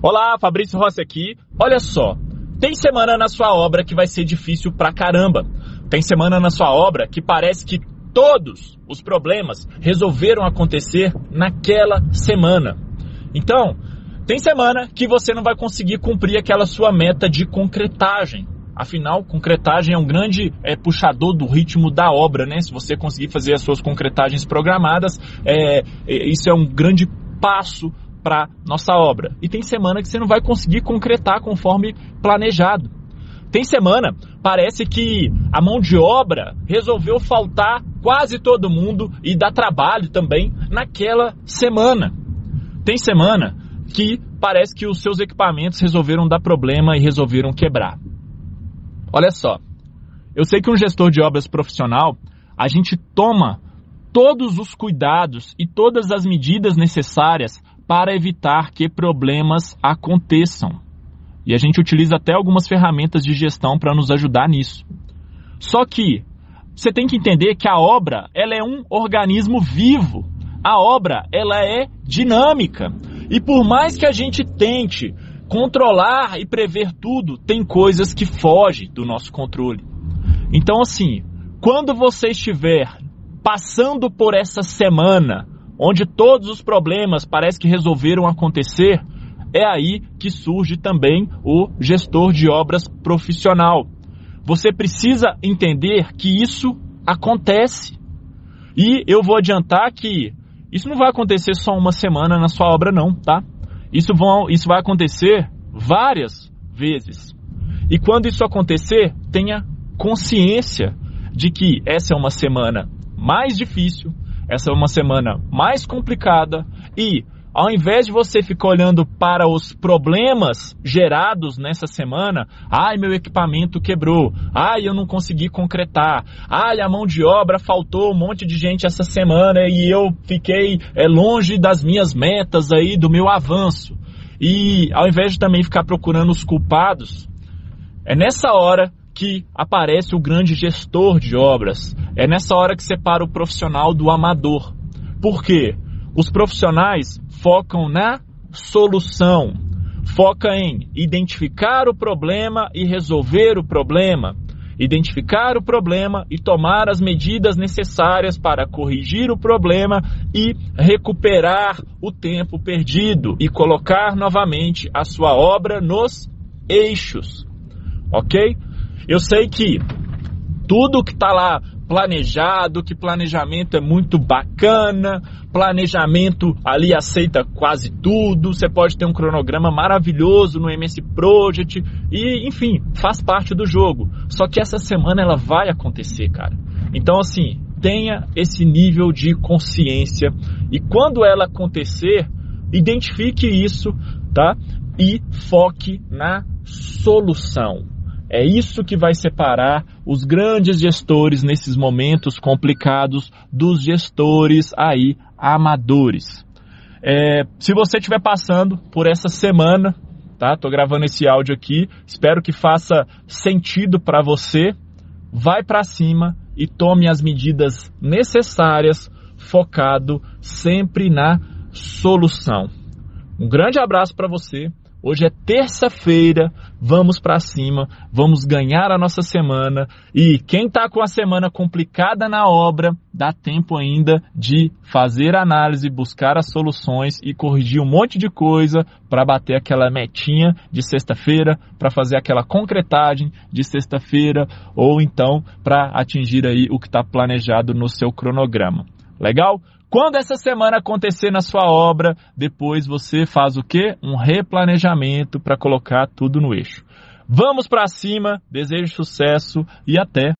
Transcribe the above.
Olá, Fabrício Rossi aqui. Olha só, tem semana na sua obra que vai ser difícil pra caramba. Tem semana na sua obra que parece que todos os problemas resolveram acontecer naquela semana. Então, tem semana que você não vai conseguir cumprir aquela sua meta de concretagem. Afinal, concretagem é um grande puxador do ritmo da obra, né? Se você conseguir fazer as suas concretagens programadas, isso é um grande passo para nossa obra. E tem semana que você não vai conseguir concretar conforme planejado. Tem semana, parece que a mão de obra resolveu faltar quase todo mundo e dar trabalho também naquela semana. Tem semana que parece que os seus equipamentos resolveram dar problema e resolveram quebrar. Olha só, eu sei que um gestor de obras profissional, a gente toma todos os cuidados e todas as medidas necessárias para evitar que problemas aconteçam. E a gente utiliza até algumas ferramentas de gestão para nos ajudar nisso. Só que você tem que entender que a obra, ela é um organismo vivo. A obra, ela é dinâmica. E por mais que a gente tente controlar e prever tudo, tem coisas que fogem do nosso controle. Então, assim, quando você estiver passando por essa semana, onde todos os problemas parece que resolveram acontecer, é aí que surge também o gestor de obras profissional. Você precisa entender que isso acontece. E eu vou adiantar que isso não vai acontecer só uma semana na sua obra não, tá? Isso vai acontecer várias vezes. E quando isso acontecer, tenha consciência de que essa é uma semana mais difícil, essa é uma semana mais complicada e ao invés de você ficar olhando para os problemas gerados nessa semana, ai, meu equipamento quebrou, ai, eu não consegui concretar, ai, a mão de obra faltou um monte de gente essa semana e eu fiquei longe das minhas metas aí, do meu avanço. E ao invés de também ficar procurando os culpados, é nessa hora que aparece o grande gestor de obras. É nessa hora que separa o profissional do amador. Por quê? Os profissionais focam na solução, foca em identificar o problema e resolver o problema, identificar o problema e tomar as medidas necessárias para corrigir o problema e recuperar o tempo perdido e colocar novamente a sua obra nos eixos, ok? Eu sei que tudo que está lá planejado, que planejamento é muito bacana, planejamento ali aceita quase tudo, você pode ter um cronograma maravilhoso no MS Project e, enfim, faz parte do jogo. Só que essa semana ela vai acontecer, cara. Então, assim, tenha esse nível de consciência e quando ela acontecer, identifique isso, tá? E foque na solução. É isso que vai separar os grandes gestores nesses momentos complicados dos gestores aí amadores. Se você estiver passando por essa semana, tá? Tô gravando esse áudio aqui, espero que faça sentido para você. Vai para cima e tome as medidas necessárias, focado sempre na solução. Um grande abraço para você. Hoje é terça-feira, vamos para cima, vamos ganhar a nossa semana e quem está com a semana complicada na obra, dá tempo ainda de fazer a análise, buscar as soluções e corrigir um monte de coisa para bater aquela metinha de sexta-feira, para fazer aquela concretagem de sexta-feira ou então para atingir aí o que está planejado no seu cronograma. Legal? Quando essa semana acontecer na sua obra, depois você faz o quê? Um replanejamento para colocar tudo no eixo. Vamos para cima, desejo sucesso e até